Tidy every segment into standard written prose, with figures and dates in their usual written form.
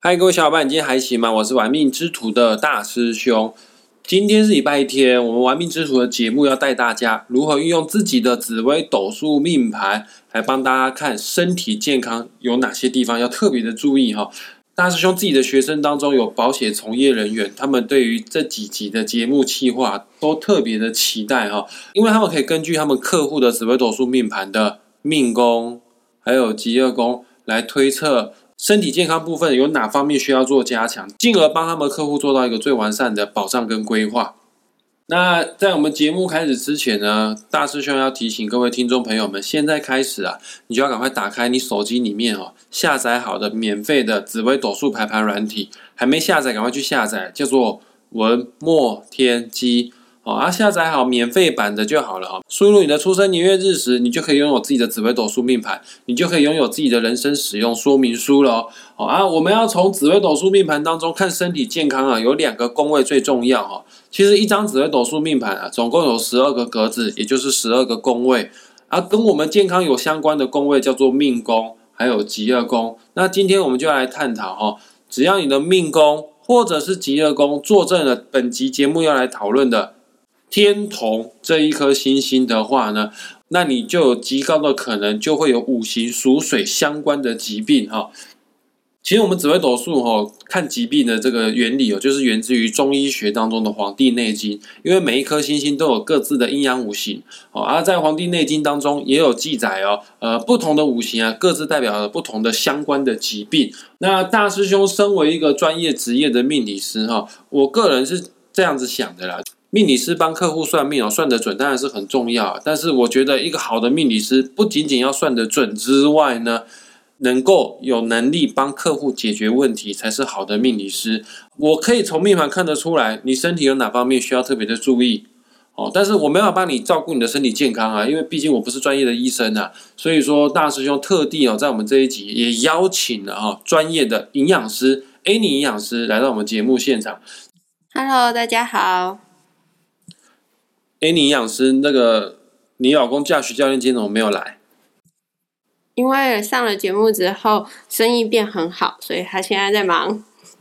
嗨，各位小伙伴，你今天还行吗？我是玩命之徒的大师兄。今天是礼拜天，我们玩命之徒的节目要带大家如何运用自己的紫微斗数命盘来帮大家看身体健康有哪些地方要特别的注意哈。大师兄自己的学生当中有保险从业人员，他们对于这几集的节目企划都特别的期待哈，因为他们可以根据他们客户的紫微斗数命盘的命宫还有疾厄宫来推测身体健康部分有哪方面需要做加强，进而帮他们客户做到一个最完善的保障跟规划。那在我们节目开始之前呢，大师兄要提醒各位听众朋友们，现在开始啊，你就要赶快打开你手机里面下载好的免费的紫微斗数排盘软体，还没下载赶快去下载，叫做文墨天机。下载好免费版的就好了输入你的出生年月日时，你就可以拥有自己的紫微斗数命盘，你就可以拥有自己的人生使用说明书了我们要从紫微斗数命盘当中看身体健康有2个宫位最重要其实一张紫微斗数命盘总共有12个格子，也就是12个宫位跟我们健康有相关的宫位叫做命宫还有疾厄宫。那今天我们就来探讨只要你的命宫或者是疾厄宫坐镇了本集节目要来讨论的天同这一颗星星的话呢，那你就有极高的可能就会有五行属水相关的疾病其实我们紫微斗数看疾病的这个原理就是源自于中医学当中的黄帝内经，因为每一颗星星都有各自的阴阳五行在黄帝内经当中也有记载不同的五行各自代表了不同的相关的疾病。那大师兄身为一个专业职业的命理师我个人是这样子想的啦，命理师帮客户算命算得准当然是很重要，但是我觉得一个好的命理师不仅仅要算得准之外呢，能够有能力帮客户解决问题才是好的命理师。我可以从命盘看得出来你身体有哪方面需要特别的注意但是我没办法帮你照顾你的身体健康因为毕竟我不是专业的医生所以说大师兄特地在我们这一集也邀请了专业的营养师 Annie 营养师来到我们节目现场。 Hello， 大家好。 Annie 营养师，那个你老公Josh教练今天怎么没有来？ 因为上了节目之后生意变很好，所以他现在在忙。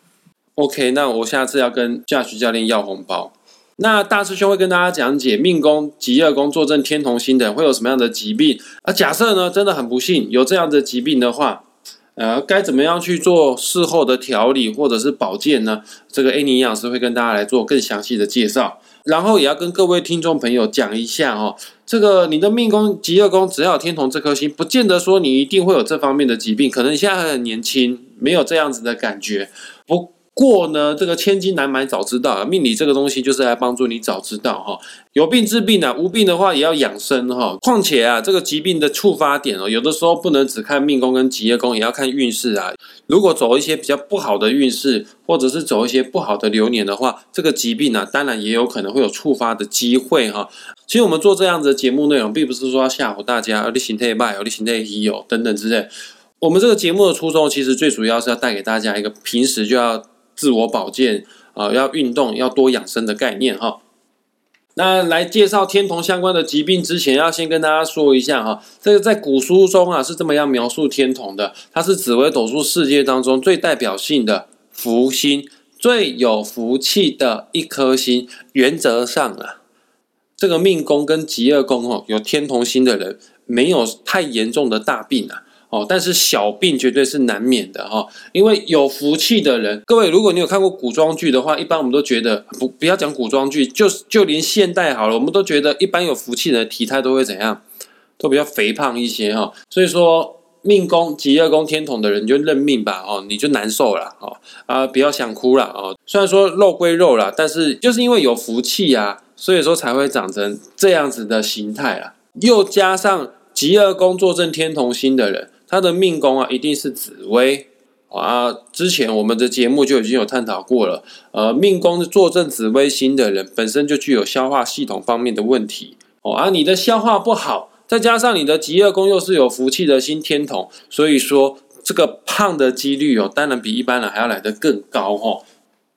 OK， 那我下次要跟Josh教练要红包。那大师兄会跟大家讲解命宫、疾厄宫坐镇天同星的人会有什么样的疾病假设呢真的很不幸有这样的疾病的话该怎么样去做事后的调理或者是保健呢？这个 Annie 营养师会跟大家来做更详细的介绍，然后也要跟各位听众朋友讲一下这个你的命宫、疾厄宫只要有天同这颗星，不见得说你一定会有这方面的疾病，可能你现在还很年轻，没有这样子的感觉。不过呢，这个千金难买早知道命理这个东西就是来帮助你早知道有病治病无病的话也要养生况且这个疾病的触发点有的时候不能只看命宫跟疾厄宫，也要看运势如果走一些比较不好的运势，或者是走一些不好的流年的话，这个疾病当然也有可能会有触发的机会其实我们做这样子的节目内容并不是说要吓唬大家你身体坏你身体虚等等之类，我们这个节目的初衷其实最主要是要带给大家一个平时就要自我保健要运动要多养生的概念那来介绍天同相关的疾病之前，要先跟大家说一下这个在古书中是这么样描述天同的，它是紫微斗数世界当中最代表性的福星，最有福气的一颗星。原则上这个命宫跟疾厄宫有天同星的人没有太严重的大病但是小病绝对是难免的因为有福气的人，各位如果你有看过古装剧的话，一般我们都觉得不要讲古装剧，就连现代好了，我们都觉得一般有福气的人体态都会怎样，都比较肥胖一些所以说命宫、疾厄宫天同的人你就认命吧你就难受了不要想哭了虽然说肉归肉啦，但是就是因为有福气所以说才会长成这样子的形态又加上疾厄宫坐镇天同星的人，他的命宫一定是紫微之前我们的节目就已经有探讨过了命宫坐镇紫微星的人本身就具有消化系统方面的问题你的消化不好，再加上你的疾厄宫又是有福气的星天同，所以说这个胖的几率当然比一般人还要来得更高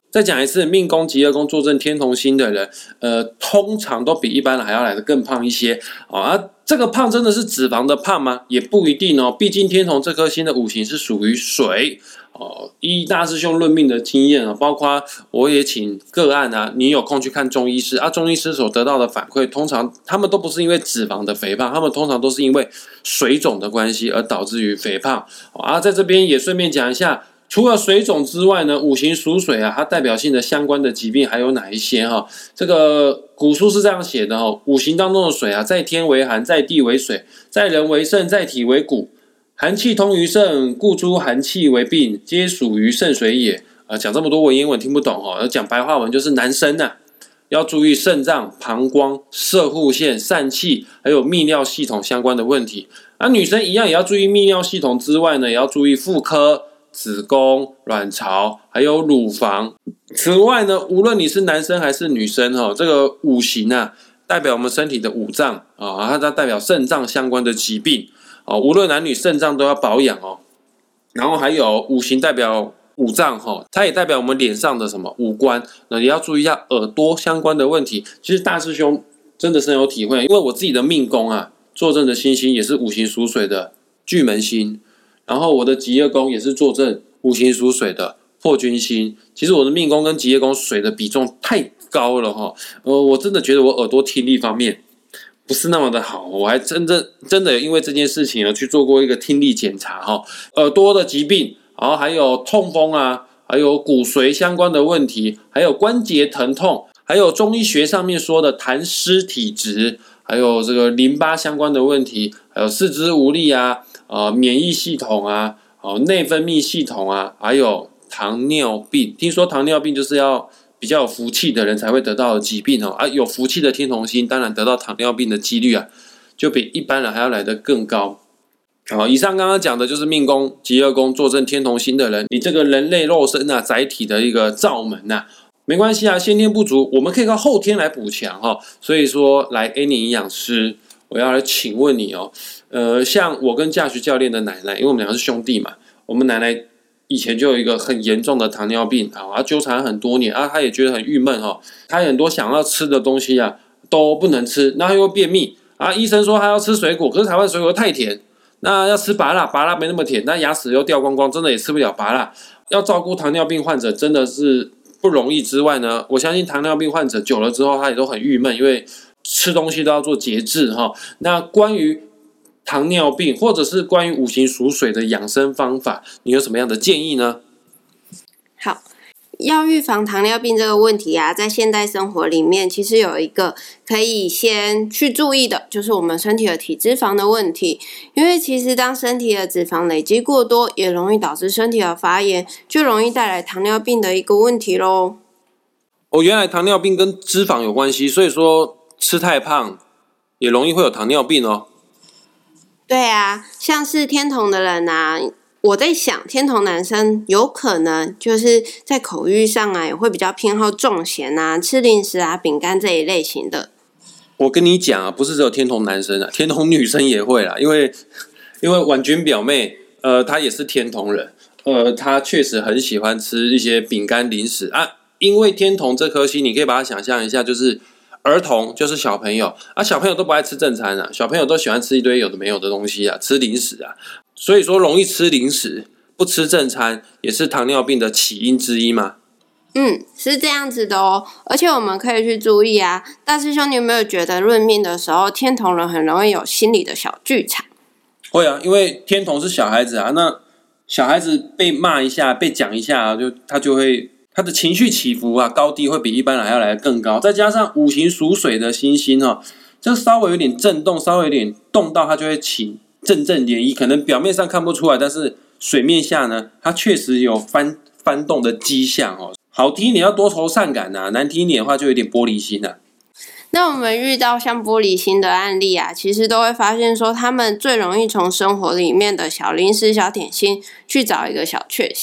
再讲一次，命宫、疾厄宫坐镇天同星的人，通常都比一般人还要来得更胖一些这个胖真的是脂肪的胖吗？也不一定哦。毕竟天同这颗星的五行是属于水依大师兄论命的经验包括我也请个案你有空去看中医师中医师所得到的反馈，通常他们都不是因为脂肪的肥胖，他们通常都是因为水肿的关系而导致于肥胖在这边也顺便讲一下。除了水肿之外呢，五行属水它代表性的相关的疾病还有哪一些这个古书是这样写的五行当中的水在天为寒，在地为水，在人为肾，在体为骨。寒气通于肾，故诸寒气为病，皆属于肾水也。讲这么多文言文听不懂讲白话文就是男生要注意肾脏、膀胱、摄护腺、疝气，还有泌尿系统相关的问题。女生一样也要注意泌尿系统之外呢，也要注意妇科、子宫、卵巢还有乳房。此外呢，无论你是男生还是女生这个五行代表我们身体的五脏它代表肾脏相关的疾病无论男女肾脏都要保养然后还有五行代表五脏它也代表我们脸上的什么五官，那也要注意一下耳朵相关的问题。其实大师兄真的深有体会，因为我自己的命宫坐镇的星星也是五行属水的巨门星，然后我的疾厄宫也是坐镇五行属水的破军星。其实我的命宫跟疾厄宫水的比重太高了我真的觉得我耳朵听力方面不是那么的好，我还真的因为这件事情去做过一个听力检查耳朵的疾病，然后还有痛风还有骨髓相关的问题，还有关节疼痛，还有中医学上面说的痰湿体质，还有这个淋巴相关的问题，还有四肢无力免疫系统内分泌系统还有糖尿病。听说糖尿病就是要比较有福气的人才会得到的疾病有福气的天同星当然得到糖尿病的几率就比一般人还要来得更高以上刚刚讲的就是命宫、疾厄宫坐镇天同星的人，你这个人类肉身载体的一个罩门没关系先天不足，我们可以靠后天来补强所以说来 Annie 营养师，我要来请问你像我跟驾徐教练的奶奶，因为我们两个是兄弟嘛，我们奶奶以前就有一个很严重的糖尿病纠缠很多年她也觉得很郁闷她很多想要吃的东西都不能吃，那她又便秘医生说她要吃水果，可是台湾水果太甜，那要吃芭乐没那么甜，那牙齿又掉光光，真的也吃不了芭乐。要照顾糖尿病患者真的是不容易之外呢，我相信糖尿病患者久了之后他也都很郁闷，因为吃东西都要做节制那关于糖尿病或者是关于五行属水的养生方法，你有什么样的建议呢？ 好，要预防糖尿病这个问题在现代生活里面其实有一个可以先去注意的，就是我们身体的体脂肪的问题。因为其实当身体的脂肪累积过多，也容易导致身体的发炎，就容易带来糖尿病的一个问题咯。 原来糖尿病跟脂肪有关系，所以说吃太胖也容易会有糖尿病对像是天同的人我在想天同男生有可能就是在口欲上也会比较偏好重咸吃零食饼干这一类型的。 我跟你讲不是只有天同男生天同女生也会啦，因为婉君表妹她也是天同人她确实很喜欢吃一些饼干零食因为天同这颗星你可以把它想象一下，就是儿童就是小朋友小朋友都不爱吃正餐小朋友都喜欢吃一堆有的没有的东西吃零食所以说容易吃零食不吃正餐也是糖尿病的起因之一吗？ 是这样子的而且我们可以去注意大师兄，你有没有觉得论命的时候天同人很容易有心理的小剧场？ 会因为天同是小孩子那小孩子被骂一下被讲一下他就会他的情绪起伏高低会比一般人还要来得更高，再加上五行属水的星星就稍微有点震动，稍微有点动到它就会起阵阵涟漪，可能表面上看不出来，但是水面下呢它确实有翻动的迹象好听一点要多愁善感难听一点的话就有点玻璃心那我们遇到像玻璃心的案例其实都会发现说他们最容易从生活里面的小零食小点心去找一个小确幸，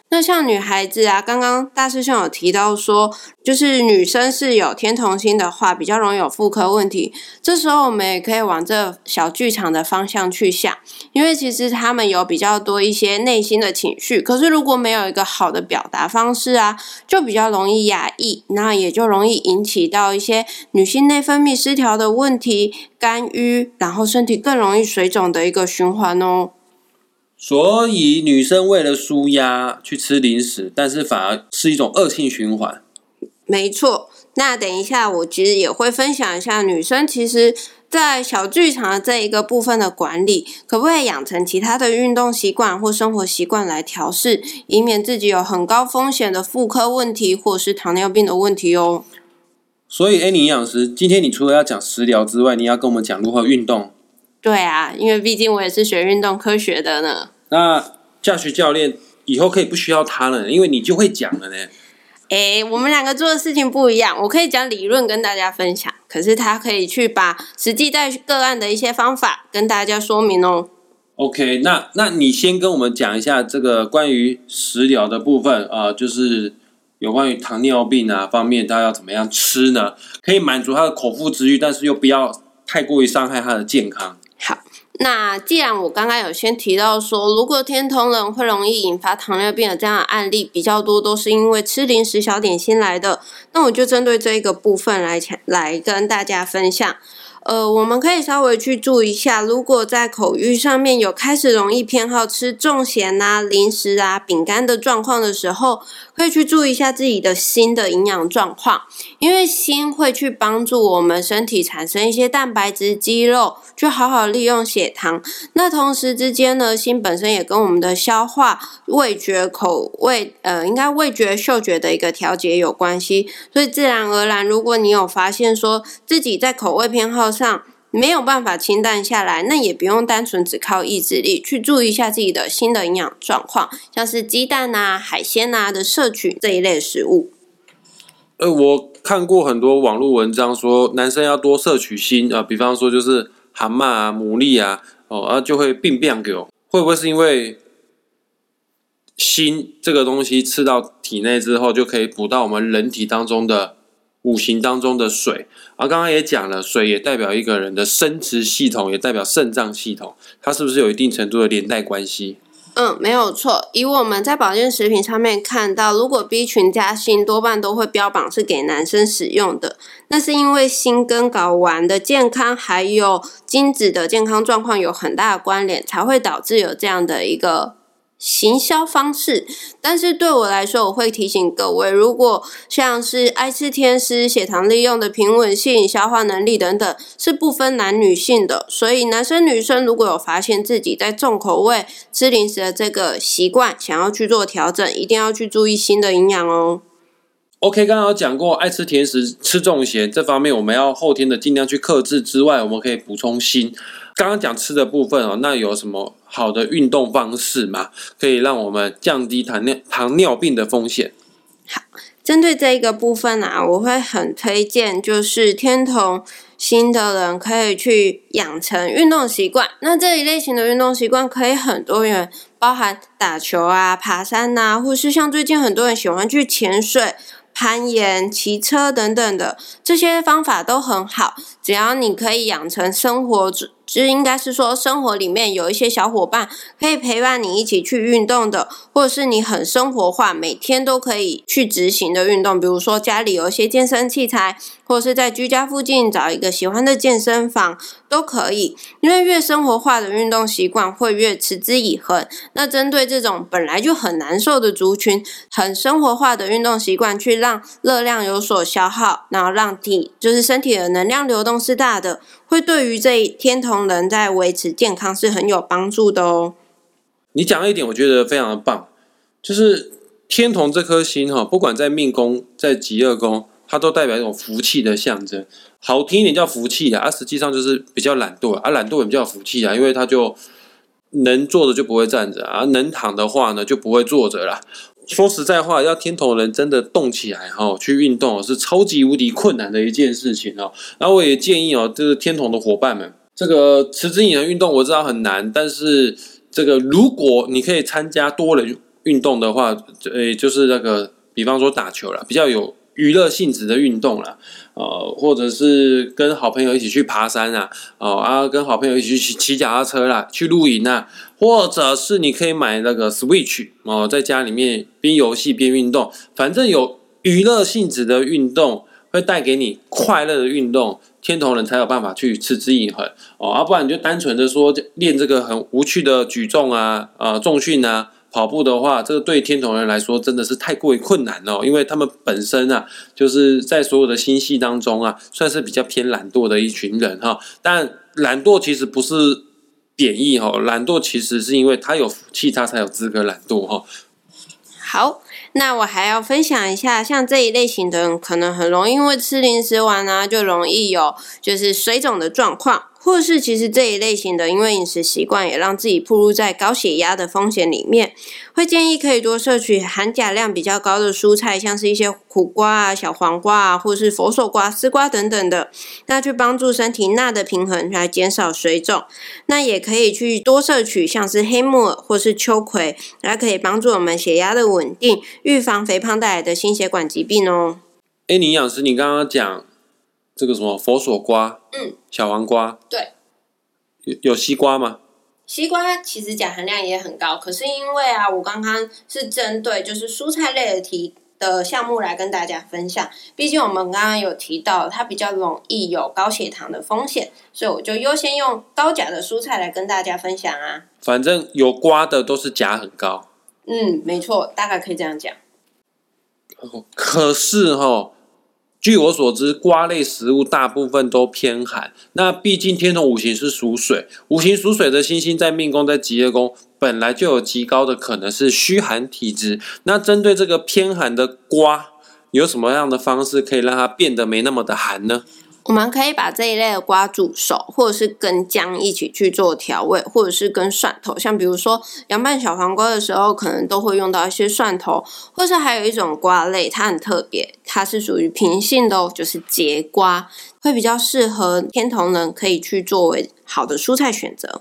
那像女孩子啊，刚刚大师兄有提到说，就是女生是有天同星的话，比较容易有妇科问题。这时候我们也可以往这小剧场的方向去想，因为其实他们有比较多一些内心的情绪，可是如果没有一个好的表达方式啊，就比较容易压抑，那也就容易引起到一些女性内分泌失调的问题、肝郁，然后身体更容易水肿的一个循环哦。 所以女生为了抒压去吃零食，但是反而是一种恶性循环。 没错，那等一下我其实也会分享一下女生其实在小剧场的这一个部分的管理，可不可以养成其他的运动习惯或生活习惯来调试，以免自己有很高风险的妇科问题或是糖尿病的问题哦。 所以你营养师，今天你除了要讲食疗之外，你要跟我们讲如何运动。 对啊，因为毕竟我也是学运动科学的呢。 那Josh教练以后可以不需要他了，因为你就会讲了呢。 我们两个做的事情不一样，我可以讲理论跟大家分享，可是他可以去把实际在个案的一些方法跟大家说明哦。 OK， 那你先跟我们讲一下这个关于食疗的部分就是有关于糖尿病方面，他要怎么样吃呢？可以满足他的口腹之欲，但是又不要太过于伤害他的健康。 好，那既然我刚刚有先提到说，如果天同人会容易引发糖尿病的这样的案例比较多，都是因为吃零食小点心来的，那我就针对这一个部分来跟大家分享。我们可以稍微去注意一下，如果在口欲上面有开始容易偏好吃重咸啊、零食啊、饼干的状况的时候，可以去注意一下自己的锌的营养状况，因为锌会去帮助我们身体产生一些蛋白质、肌肉，去好好利用血糖。那同时之间呢，锌本身也跟我们的消化、味觉、口味，应该味觉、嗅觉的一个调节有关系。所以自然而然，如果你有发现说自己在口味偏好上没有办法清淡下来，那也不用单纯只靠意志力，去注意一下自己的锌的营养状况，像是鸡蛋啊、海鲜啊的摄取这一类食物。 我看过很多网络文章说，男生要多摄取锌比方说就是蛤蟆啊、牡蛎啊，就会病变给我。会不会是因为锌这个东西吃到体内之后，就可以补到我们人体当中的五行当中的水？刚刚也讲了，水也代表一个人的生殖系统，也代表肾脏系统，它是不是有一定程度的连带关系？ 没有错。以我们在保健食品上面看到，如果 B 群加锌，多半都会标榜是给男生使用的。那是因为锌跟睾丸的健康还有精子的健康状况有很大的关联，才会导致有这样的一个行销方式。但是对我来说，我会提醒各位，如果像是爱吃甜食、血糖利用的平稳性、消化能力等等，是不分男女性的。所以男生女生如果有发现自己在重口味吃零食的这个习惯，想要去做调整，一定要去注意锌的营养哦。 OK， 刚刚有讲过爱吃甜食、吃重咸这方面，我们要后天的尽量去克制之外，我们可以补充锌。刚刚讲吃的部分那有什么好的运动方式吗？可以让我们降低糖尿病的风险？ 好，针对这一个部分我会很推荐，就是天同星的人可以去养成运动习惯。那这一类型的运动习惯可以很多元，包含打球啊、爬山啊，或是像最近很多人喜欢去潜水、攀岩、骑车等等的，这些方法都很好。只要你可以养成生活，就应该是说生活里面有一些小伙伴可以陪伴你一起去运动的，或者是你很生活化，每天都可以去执行的运动，比如说家里有一些健身器材，或者是在居家附近找一个喜欢的健身房都可以。因为越生活化的运动习惯会越持之以恒。那针对这种本来就很难受的族群，很生活化的运动习惯去让热量有所消耗，然后让就是身体的能量流动是大的，会对于这天同人在维持健康是很有帮助的哦。 你讲了一点我觉得非常的棒，就是天同这颗星不管在命宫在极恶宫，它都代表一种福气的象征。好听一点叫福气实际上就是比较懒惰懒惰也比较有福气因为它就能坐着就不会站着能躺的话呢就不会坐着啦。说实在话，要天同人真的动起来去运动是超级无敌困难的一件事情然后我也建议就是天同的伙伴们，这个持之以恒运动我知道很难，但是这个如果你可以参加多人运动的话，就是那个比方说打球啦，比较有娱乐性质的运动啦，或者是跟好朋友一起去爬山啊，跟好朋友一起去骑脚踏车啦，去露营啊，或者是你可以买那个 Switch 在家里面边游戏边运动，反正有娱乐性质的运动会带给你快乐的运动，天同人才有办法去持之以恒不然你就单纯的说练这个很无趣的举重啊、重训啊。跑步的话，这个对天同人来说真的是太过于困难了，因为他们本身就是在所有的星系当中算是比较偏懒惰的一群人但懒惰其实不是贬义懒惰其实是因为他有福气，他才有资格懒惰好，那我还要分享一下，像这一类型的人，可能很容易因为吃零食完就容易有就是水肿的状况。或是其实这一类型的，因为饮食习惯也让自己暴露在高血压的风险里面，会建议可以多摄取含钾量比较高的蔬菜，像是一些苦瓜小黄瓜或是佛手瓜、丝瓜等等的，那去帮助身体钠的平衡，来减少水肿。那也可以去多摄取像是黑木耳或是秋葵，它可以帮助我们血压的稳定，预防肥胖带来的心血管疾病哦。 你营养师，你刚刚讲这个什么佛手瓜，小黄瓜， 对， 有西瓜吗？ 西瓜其实钾含量也很高，可是因为我刚刚是针对就是蔬菜类的项目来跟大家分享，毕竟我们刚刚有提到它比较容易有高血糖的风险，所以我就优先用高钾的蔬菜来跟大家分享反正有瓜的都是钾很高。 没错，大概可以这样讲。 可是据我所知，瓜类食物大部分都偏寒。那毕竟天同五行是属水，五行属水的星星在命宫、在吉业宫本来就有极高的可能是虚寒体质。那针对这个偏寒的瓜，有什么样的方式可以让它变得没那么的寒呢？ 我们可以把这一类的瓜煮熟，或者是跟姜一起去做调味，或者是跟蒜头，像比如说凉拌小黄瓜的时候，可能都会用到一些蒜头，或是还有一种瓜类，它很特别，它是属于平性的就是节瓜，会比较适合天同人，可以去作为好的蔬菜选择。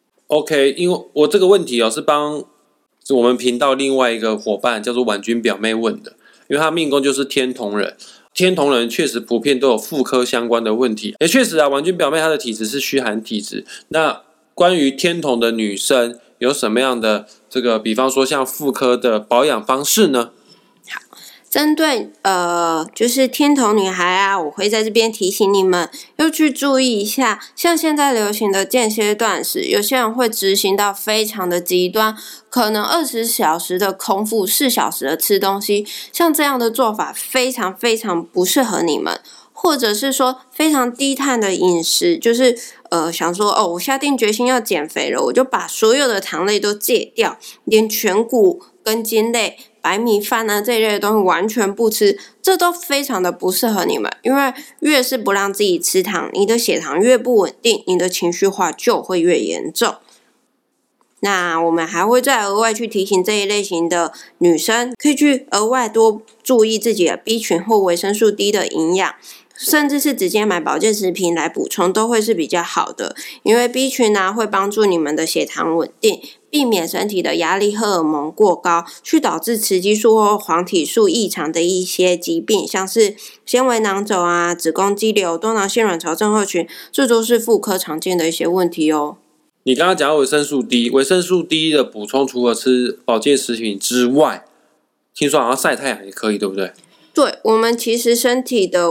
OK， 因为我这个问题是帮我们频道另外一个伙伴叫做婉君表妹问的，因为她命宫就是天同人。天同人确实普遍都有妇科相关的问题，也确实婉君表妹她的体质是虚寒体质。那关于天同的女生有什么样的这个，比方说像妇科的保养方式呢？ 好，针对就是天同女孩我会在这边提醒你们，要去注意一下，像现在流行的间歇断食，有些人会执行到非常的极端，可能20小时的空腹，4小时的吃东西，像这样的做法非常非常不适合你们。或者是说非常低碳的饮食，就是想说我下定决心要减肥了，我就把所有的糖类都戒掉，连全谷根茎类、白米饭这一类的东西完全不吃，这都非常的不适合你们，因为越是不让自己吃糖，你的血糖越不稳定，你的情绪化就会越严重。那我们还会再额外去提醒这一类型的女生，可以去额外多注意自己的 B 群或维生素 D 的营养，甚至是直接买保健食品来补充都会是比较好的，因为 B 群会帮助你们的血糖稳定，避免身体的压力荷尔蒙过高，去导致雌激素或黄体素异常的一些疾病，像是纤维囊肿子宫肌瘤、多囊性卵巢症候群，这都是妇科常见的一些问题哦。 你刚刚讲到维生素 D， 维生素 D 的补充除了吃保健食品之外，听说好像晒太阳也可以，对不对？ 对，我们其实身体的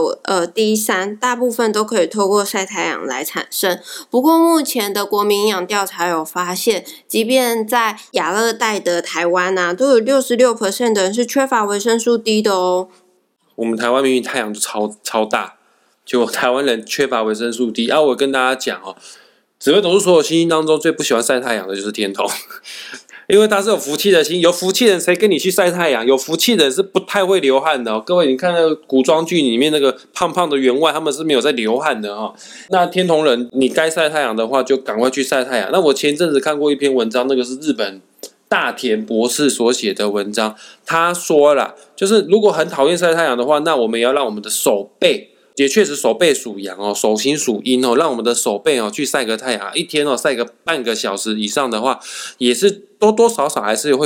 D3大部分都可以透过晒太阳来产生。不过目前的国民营养调查有发现，即便在亚热带的台湾都有 66% 的人是缺乏维生素 D 的哦。 我们台湾明明太阳就超大，结果台湾人缺乏维生素 D。我跟大家讲紫微斗数所有星星当中最不喜欢晒太阳的就是天同，因为他是有福气的星，有福气的人谁跟你去晒太阳？有福气的人是不太会流汗的各位，你看那个古装剧里面那个胖胖的员外，他们是没有在流汗的那天同人，你该晒太阳的话，就赶快去晒太阳。那我前阵子看过一篇文章，那个是日本大田博士所写的文章，他说了，就是如果很讨厌晒太阳的话，那我们也要让我们的手背。也确实手背属阳手心属阴让我们的手背去晒个太阳，一天晒个半个小时以上的话，也是多多少少还是会有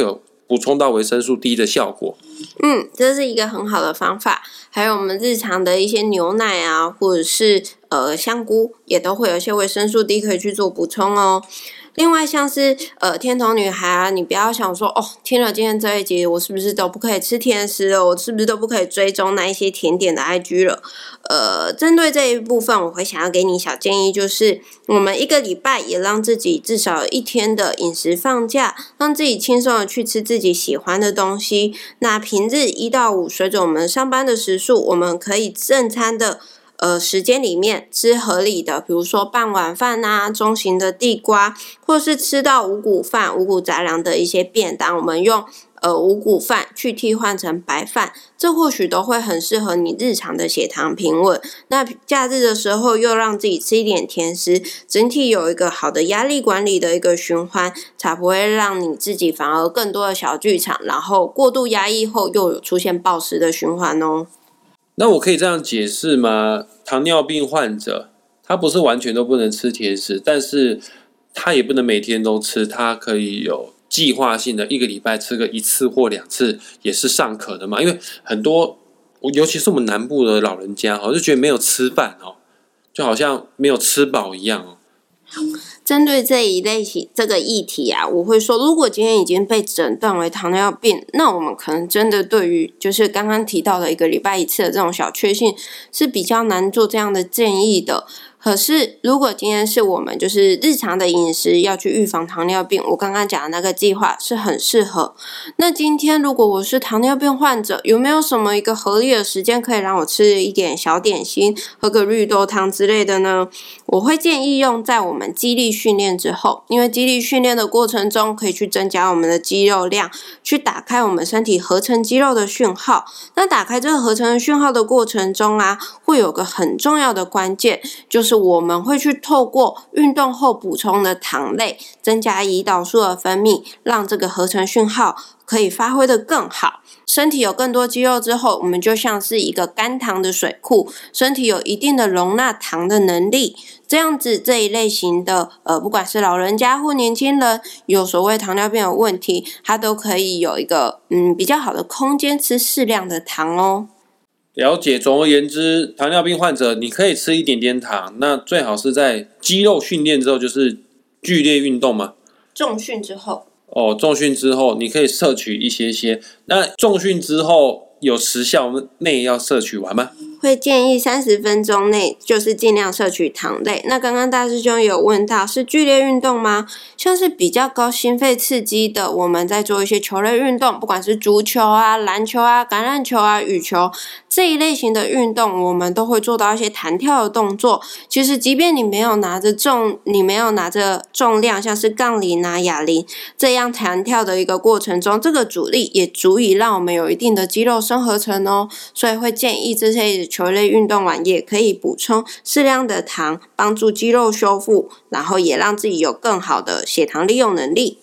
补充到维生素 D 的效果。 这是一个很好的方法。还有我们日常的一些牛奶啊，或者是香菇，也都会有一些维生素 D 可以去做补充哦。另外像是天童女孩啊，你不要想说听了今天这一集，我是不是都不可以吃甜食了？我是不是都不可以追踪那一些甜点的 IG 了？针对这一部分，我会想要给你小建议，就是我们一个礼拜也让自己至少有1天的饮食放假，让自己轻松的去吃自己喜欢的东西。那平日1到5，随着我们上班的时数，我们可以正餐的时间里面吃合理的，比如说半碗饭啊，中型的地瓜，或是吃到五谷饭、五谷杂粮的一些便当，我们用五谷饭去替换成白饭，这或许都会很适合你日常的血糖平稳。那假日的时候又让自己吃一点甜食，整体有一个好的压力管理的一个循环，才不会让你自己反而更多的小剧场，然后过度压抑后又有出现暴食的循环哦。 那我可以这样解释吗？糖尿病患者他不是完全都不能吃甜食，但是他也不能每天都吃，他可以有计划性的1个礼拜吃个1次或2次也是尚可的嘛。因为很多尤其是我们南部的老人家就觉得没有吃饭就好像没有吃饱一样针对这一类型这个议题啊，我会说，如果今天已经被诊断为糖尿病，那我们可能真的对于就是刚刚提到的1个礼拜1次的这种小确幸是比较难做这样的建议的。可是如果今天是我们就是日常的饮食要去预防糖尿病，我刚刚讲的那个计划是很适合。那今天如果我是糖尿病患者，有没有什么一个合理的时间可以让我吃一点小点心，喝个绿豆汤之类的呢？我会建议用在我们肌力训练之后，因为肌力训练的过程中可以去增加我们的肌肉量，去打开我们身体合成肌肉的讯号。那打开这个合成的讯号的过程中啊，会有个很重要的关键，就是我们会去透过运动后补充的糖类，增加胰岛素的分泌，让这个合成讯号可以发挥得更好。身体有更多肌肉之后，我们就像是一个肝糖的水库，身体有一定的容纳糖的能力。这样子这一类型的不管是老人家或年轻人有所谓糖尿病的问题，它都可以有一个比较好的空间吃适量的糖哦。 了解，总而言之，糖尿病患者你可以吃一点点糖，那最好是在肌肉训练之后，就是剧烈运动嘛。 重训之后。 重训之后你可以摄取一些。那重训之后有时效内要摄取完吗？ 会建议30分钟内就是尽量摄取糖类。那刚刚大师兄有问到是剧烈运动吗？像是比较高心肺刺激的，我们在做一些球类运动，不管是足球啊、篮球啊、橄榄球啊、羽球这一类型的运动，我们都会做到一些弹跳的动作。其实即便你没有拿着重量，像是杠铃啊、哑铃这样弹跳的一个过程中，这个阻力也足以让我们有一定的肌肉生合成哦。所以会建议这些球类运动完也可以补充适量的糖，帮助肌肉修复，然后也让自己有更好的血糖利用能力。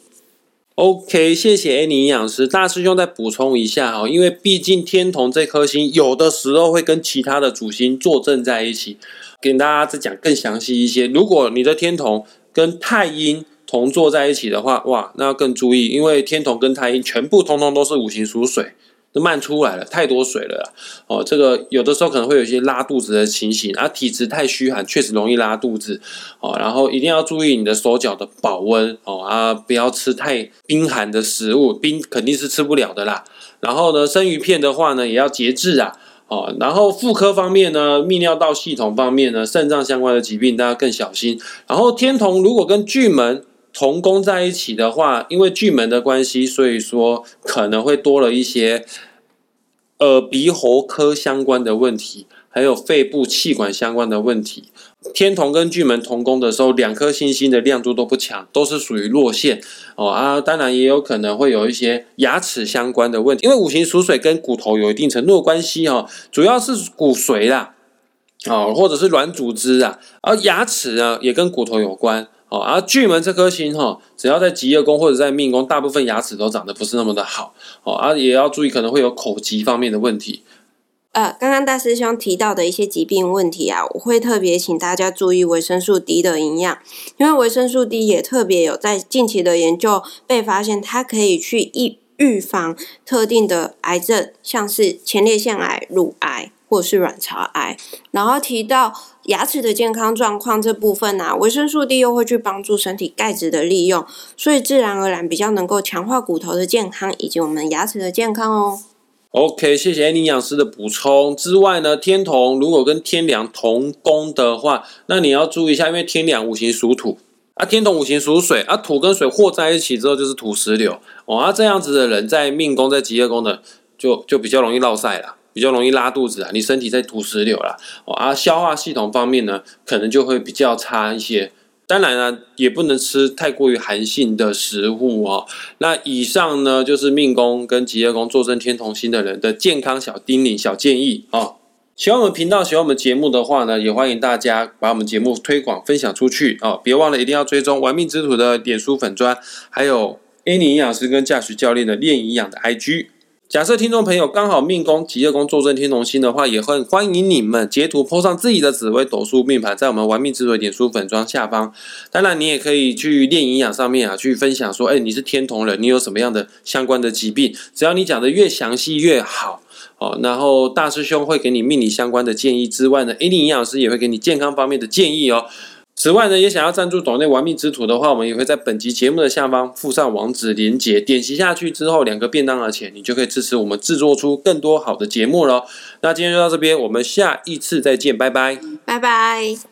OK， 谢谢 Annie 营养师。大师兄再补充一下因为毕竟天同这颗星有的时候会跟其他的主星坐镇在一起，给大家再讲更详细一些。如果你的天同跟太阴同坐在一起的话，哇，那要更注意，因为天同跟太阴全部通通都是五行属水，都漫出来了，太多水了啦这个有的时候可能会有一些拉肚子的情形体质太虚寒，确实容易拉肚子然后一定要注意你的手脚的保温不要吃太冰寒的食物，冰肯定是吃不了的啦。然后呢，生鱼片的话呢，也要节制然后妇科方面呢，泌尿道系统方面呢，肾脏相关的疾病大家更小心。然后天同如果跟巨门同宫在一起的话，因为巨门的关系，所以说可能会多了一些耳鼻喉科相关的问题，还有肺部气管相关的问题。天同跟巨门同宫的时候，2颗星星的亮度都不强，都是属于弱线当然也有可能会有一些牙齿相关的问题，因为五行属水跟骨头有一定程度的关系主要是骨髓啦或者是软组织而牙齿呢也跟骨头有关巨门这颗星只要在疾厄宫或者在命宫，大部分牙齿都长得不是那么的好也要注意可能会有口疾方面的问题。 刚刚大师兄提到的一些疾病问题我会特别请大家注意维生素 D 的营养，因为维生素 D 也特别有在近期的研究被发现，它可以去预防特定的癌症，像是前列腺癌、乳癌或是卵巢癌。然后提到牙齿的健康状况这部分维生素 D 又会去帮助身体钙质的利用，所以自然而然比较能够强化骨头的健康以及我们牙齿的健康哦。 OK， 谢谢营养师的补充。之外呢，天同如果跟天梁同宫的话，那你要注意一下，因为天梁五行属土天同五行属水土跟水和在一起之后就是土石流这样子的人在命宫在疾厄宫的就比较容易落晒啦，比较容易拉肚子你身体在土石流啦消化系统方面呢，可能就会比较差一些。当然呢，也不能吃太过于寒性的食物那以上呢，就是命宫跟疾厄宫坐镇天同星的人的健康小叮咛、小建议喜欢我们频道、喜欢我们节目的话呢，也欢迎大家把我们节目推广分享出去别忘了一定要追踪玩命之徒的脸书粉专，还有 Annie 营养师跟驾驶教练的练营养的 IG。假设听众朋友刚好命宫、疾厄宫坐镇天同星的话，也很欢迎你们截图 po 上自己的紫微斗数命盘，在我们玩命之徒的脸书粉专下方。当然，你也可以去练营养上面去分享说，你是天同人，你有什么样的相关的疾病，只要你讲的越详细越好然后大师兄会给你命理相关的建议之外呢，Annie 营养师也会给你健康方面的建议此外呢，也想要赞助斗内玩命之徒的话，我们也会在本集节目的下方附上网址连结，点击下去之后，2个便当的钱，你就可以支持我们制作出更多好的节目咯。那今天就到这边，我们下一次再见，拜拜， 拜拜。